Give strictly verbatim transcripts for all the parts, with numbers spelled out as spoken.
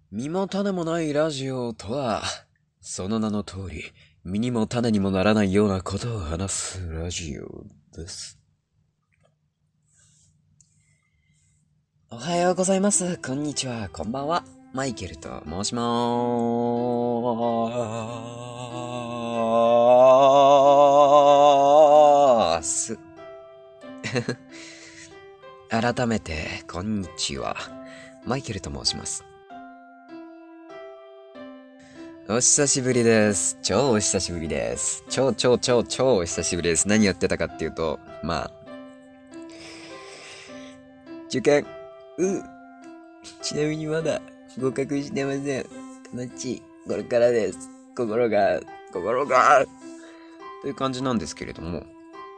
身も種もないラジオとは、その名の通り、身にも種にもならないようなことを話すラジオです。おはようございます。こんにちは。こんばんは。マイケルと申しまーす。改めて、こんにちは。マイケルと申します。お久しぶりです。超お久しぶりです。超超超超お久しぶりです。何やってたかっていうと、まあ、受験、う、ちなみにまだ合格してません。悲しい。これからです。心が、心が、という感じなんですけれども。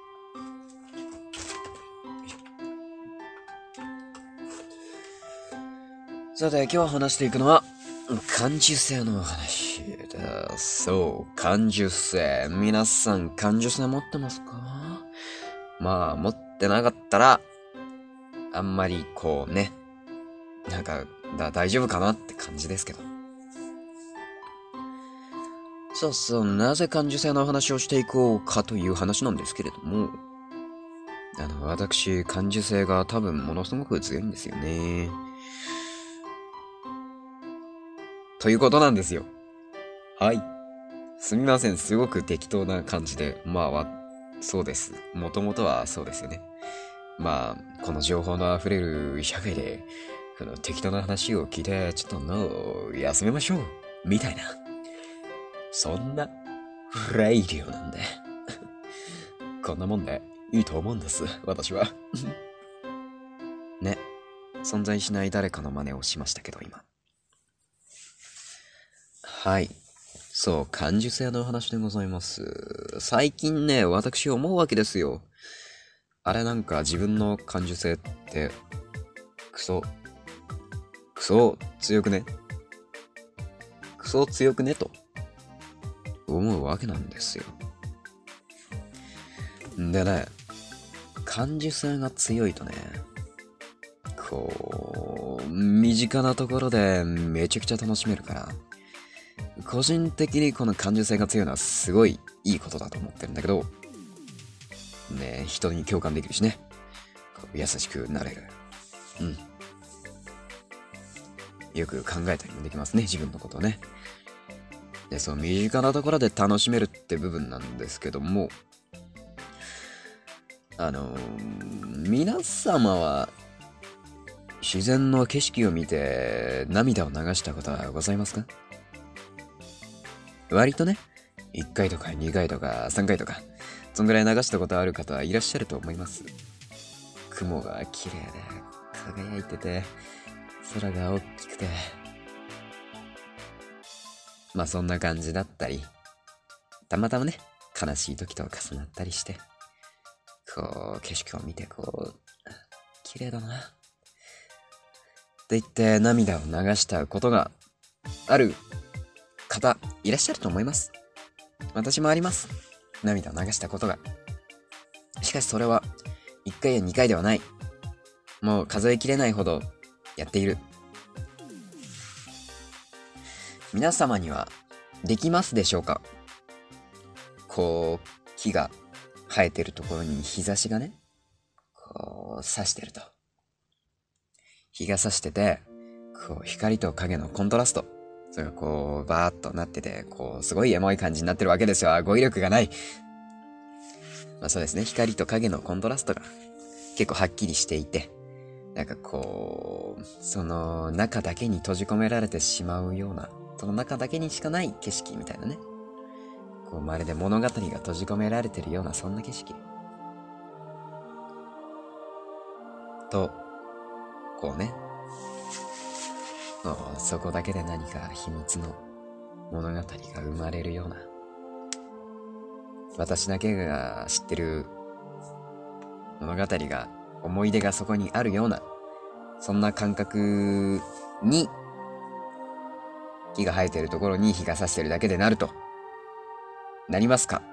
さて、今日話していくのは、感受性の話だ。そう、感受性。皆さん、感受性持ってますか？まあ、持ってなかったら、あんまりこうね、なんか、だ、大丈夫かなって感じですけど。そうそう、なぜ感受性の話をしていこうかという話なんですけれども、あの、私、感受性が多分ものすごく強いんですよね。ということなんですよ。はい。すみません、すごく適当な感じで。まあ、そうです。もともとはそうですよね。まあ、この情報の溢れる社会で、この適当な話を聞いて、ちょっと脳を休めましょう。みたいな。そんな、レイディオなんで。こんなもんでいいと思うんです、私は。ね。存在しない誰かの真似をしましたけど、今。はい。そう、感受性の話でございます。最近ね、私思うわけですよ。あれなんか自分の感受性って、クソ、クソ強くねクソ強くねと思うわけなんですよ。でね、感受性が強いとね、こう、身近なところでめちゃくちゃ楽しめるから、個人的にこの感受性が強いのはすごいいいことだと思ってるんだけど、ね、人に共感できるしね、こう優しくなれる。うん。よく考えたりもできますね、自分のことをね。で、そう、身近なところで楽しめるって部分なんですけども、あのー、皆様は自然の景色を見て涙を流したことはございますか？割とね、いっかいとかにかいとかさんかいとか、そんぐらい流したことある方はいらっしゃると思います。雲が綺麗で輝いてて、空が大きくて、まあそんな感じだったり、たまたまね、悲しい時と重なったりして、こう、景色を見てこう、綺麗だな。って言って涙を流したことがある方、いらっしゃると思います。私もあります。涙を流したことが。しかしそれは、いっかいやにかいではない。もう数えきれないほどやっている。皆様にはできますでしょうか？こう、木が生えてるところに日差しがね、こう、差してると。日が差してて、こう、光と影のコントラスト。それがこう、バーっとなってて、こう、すごいエモい感じになってるわけですよ。語彙力がない。まあそうですね。光と影のコントラストが結構はっきりしていて、なんかこう、その中だけに閉じ込められてしまうような、その中だけにしかない景色みたいなね。こう、まるで物語が閉じ込められてるような、そんな景色。と、こうね、そこだけで何か秘密の物語が生まれるような、私だけが知ってる物語が、思い出がそこにあるような、そんな感覚に、木が生えてるところに日が差してるだけでなると、なりますか？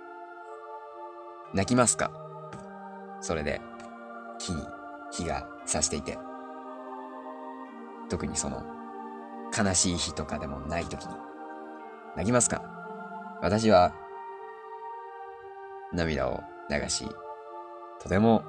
泣きますか？それで、木に日が差していて、特にその、 悲しい日とかでもない時に泣きますか？私は涙を流し、とても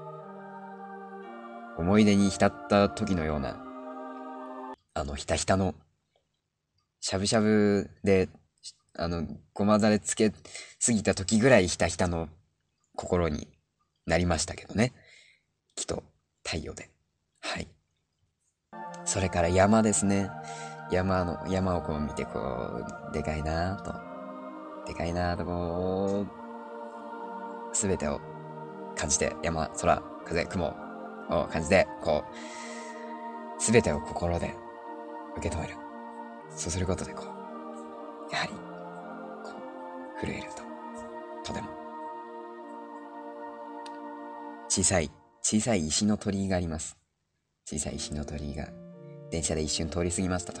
思い出に浸った時のような、あのひたひたのしゃぶしゃぶであのごまだれつけすぎた時ぐらいひたひたの心になりましたけどね。きっと太陽で。はい。それから山ですね。山の山をこう見て、こうでかいなぁとでかいなぁとこうすべてを感じて、山、空、風、雲を感じて、こうすべてを心で受け止める。そうすることでこうやはりこう震えると、とても小さい小さい石の鳥居があります。小さい石の鳥居が電車で一瞬通り過ぎましたと。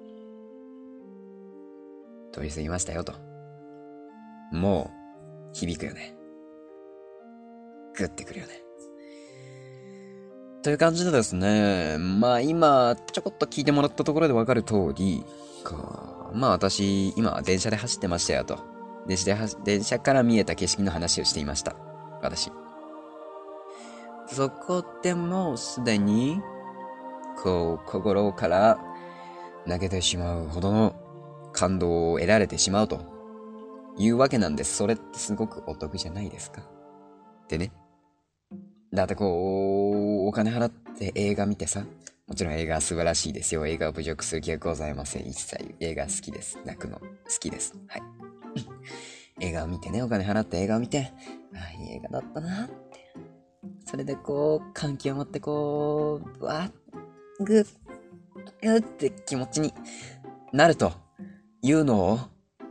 通り過ぎましたよと。もう響くよね。グッてくるよね。という感じでですね、まあ今ちょこっと聞いてもらったところでわかる通り、こうまあ私今電車で走ってましたよと。電車では電車から見えた景色の話をしていました。私。そこでもうすでにこう心から泣けてしまうほどの感動を得られてしまうというわけなんです。それってすごくお得じゃないですか。でね。だってこう、お金払って映画見てさ、もちろん映画は素晴らしいですよ。映画を侮辱する気はございません。一切映画好きです。泣くの好きです。はい。映画を見てね、お金払って映画を見て、ああ、いい映画だったなって。それでこう、感極まってこう、わっ、ぐっ、うって気持ちになるというのを、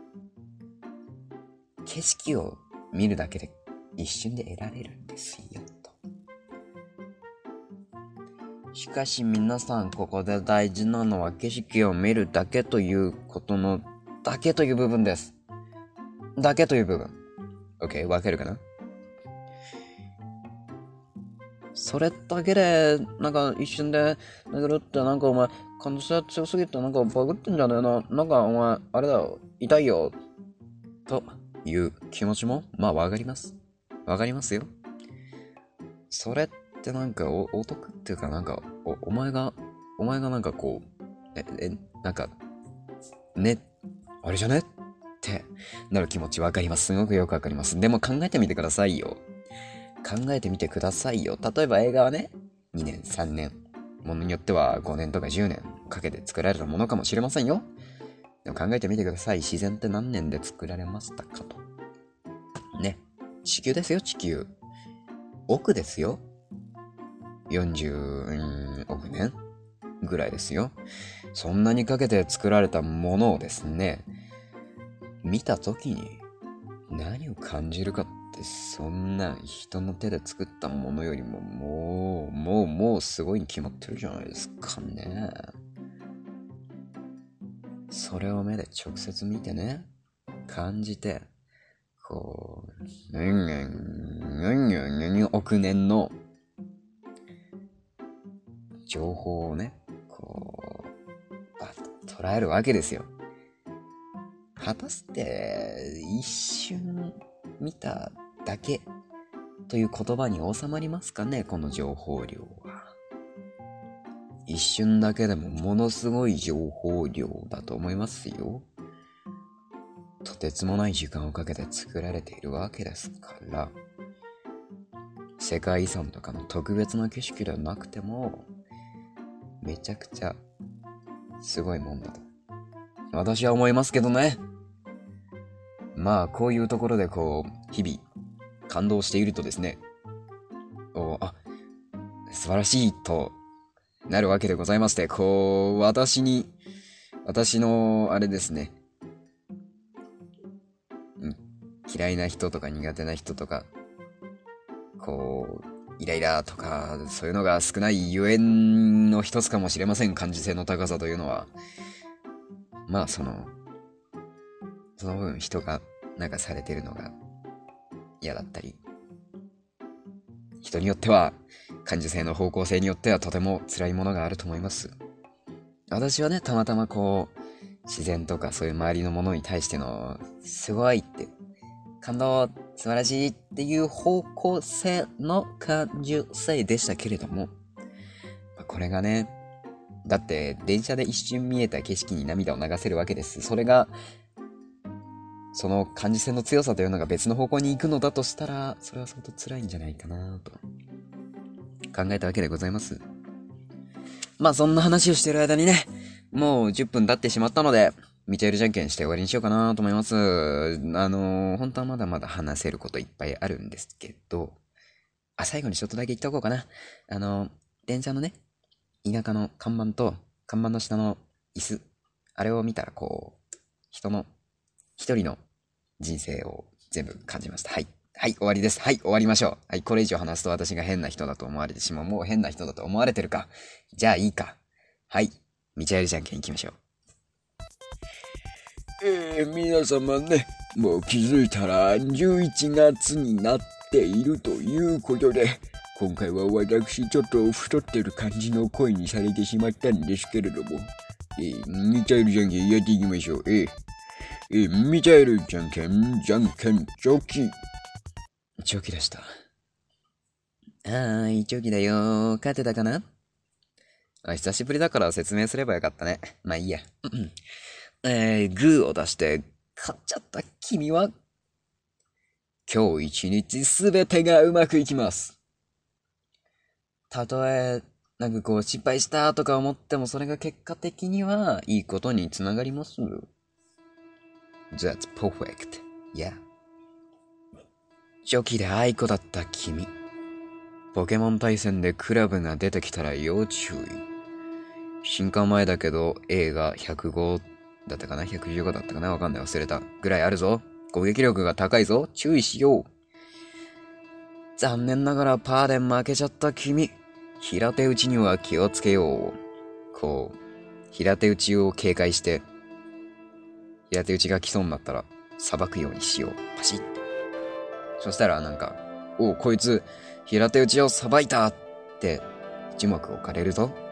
景色を見るだけで一瞬で得られるんですよと。しかし皆さん、ここで大事なのは景色を見るだけということのだけという部分です。だけという部分。OK、わかるかな？それだけで、なんか一瞬で、だけどってなんかお前、感動性強すぎてなんかバグってんじゃねえな。なんかお前、あれだよ、痛いよ。という気持ちも、まあわかります。わかりますよ。それってなんかお、お得っていうかなんか、お、お前が、お前がなんかこう、え、え、なんか、ね、あれじゃねってなる気持ちわかります。すごくよくわかります。でも考えてみてくださいよ。考えてみてくださいよ。例えば映画はね、にねん、さんねん、ものによってはごねんとかじゅうねんかけて作られたものかもしれませんよ。でも考えてみてください。自然って何年で作られましたかと。ね。地球ですよ、地球。億ですよ。よんじゅうおく年ぐらいですよ。そんなにかけて作られたものをですね、見たときに何を感じるかって、そんな人の手で作ったものよりももう、もう、もうすごいに決まってるじゃないですかね。それを目で直接見てね、感じて、こう、うんうん、うんうんうん、億年の情報をね、こう、バッと捉えるわけですよ。果たして一瞬見ただけという言葉に収まりますかね、この情報量は。一瞬だけでもものすごい情報量だと思いますよ。とてつもない時間をかけて作られているわけですから、世界遺産とかの特別な景色ではなくてもめちゃくちゃすごいもんだと私は思いますけどね。まあこういうところでこう日々感動しているとですね、おあ素晴らしいとなるわけでございまして、こう私に私のあれですね、嫌いな人とか苦手な人とかこうイライラとかそういうのが少ないゆえんの一つかもしれません。感受性の高さというのは、まあそのその分人がなんかされてるのが嫌だったり、人によっては感受性の方向性によってはとても辛いものがあると思います。 私はね、たまたまこう、自然とかそういう周りのものに対しての、すごいって、感動、素晴らしいっていう方向性の感受性でしたけれども、これがね、だって電車で一瞬見えた景色に涙を流せるわけです。それが、その感受性の強さというのが別の方向に行くのだとしたら、それは相当辛いんじゃないかなと考えたわけでございます。まあそんな話をしている間にね、もうじゅっぷん経ってしまったので、ミチャエルじゃんけんして終わりにしようかなと思います。あのー、本当はまだまだ話せることいっぱいあるんですけど、あ、最後にちょっとだけ言っておこうかな。あのー、電車のね、田舎の看板と、看板の下の椅子、あれを見たらこう、人の、一人の人生を全部感じました。はい。はい、終わりです。はい、終わりましょう。はい、これ以上話すと私が変な人だと思われてしまう。もう変な人だと思われてるか。じゃあいいか。はい、ミチャエルじゃんけん行きましょう。 えー、皆様ね、もう気づいたらじゅういちがつになっているということで、今回は私ちょっと太ってる感じの声にされてしまったんですけれども、えー、ミチャエルじゃんけんやっていきましょう。えー、えー、ミチャエルじゃんけん、じゃんけん、チョキ。 チョキでした。はーい、チョキだよ。勝てたかなあ、久しぶりだから説明すればよかったね。まあいいや。えー、グーを出して勝っちゃった君は、今日一日すべてがうまくいきます。たとえ、なんかこう失敗したとか思ってもそれが結果的にはいいことにつながります。That's perfect. Yeah. チョキで愛子だった君。ポケモン対戦でクラブが出てきたら要注意。進化前だけど A がひゃくごだったかな ?ひゃくじゅうご だったかなわかんない。忘れた。ぐらいあるぞ。攻撃力が高いぞ。注意しよう。残念ながらパーで負けちゃった君。平手打ちには気をつけよう。こう、平手打ちを警戒して、平手打ちが来そうになったら、裁くようにしよう。パシッて。そしたらなんか、おう、こいつ、平手打ちを裁いたって、一目置かれるぞ。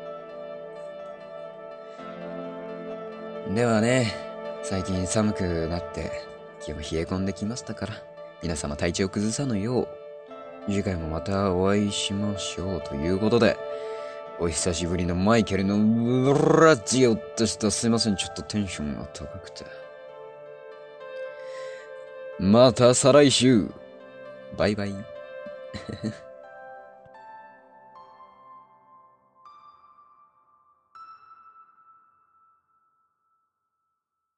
ではね、最近寒くなって気も冷え込んできましたから、皆様体調崩さぬよう、次回もまたお会いしましょうということで、お久しぶりのマイケルのラジオでした。すいません、ちょっとテンションが高くて。また再来週。バイバイ。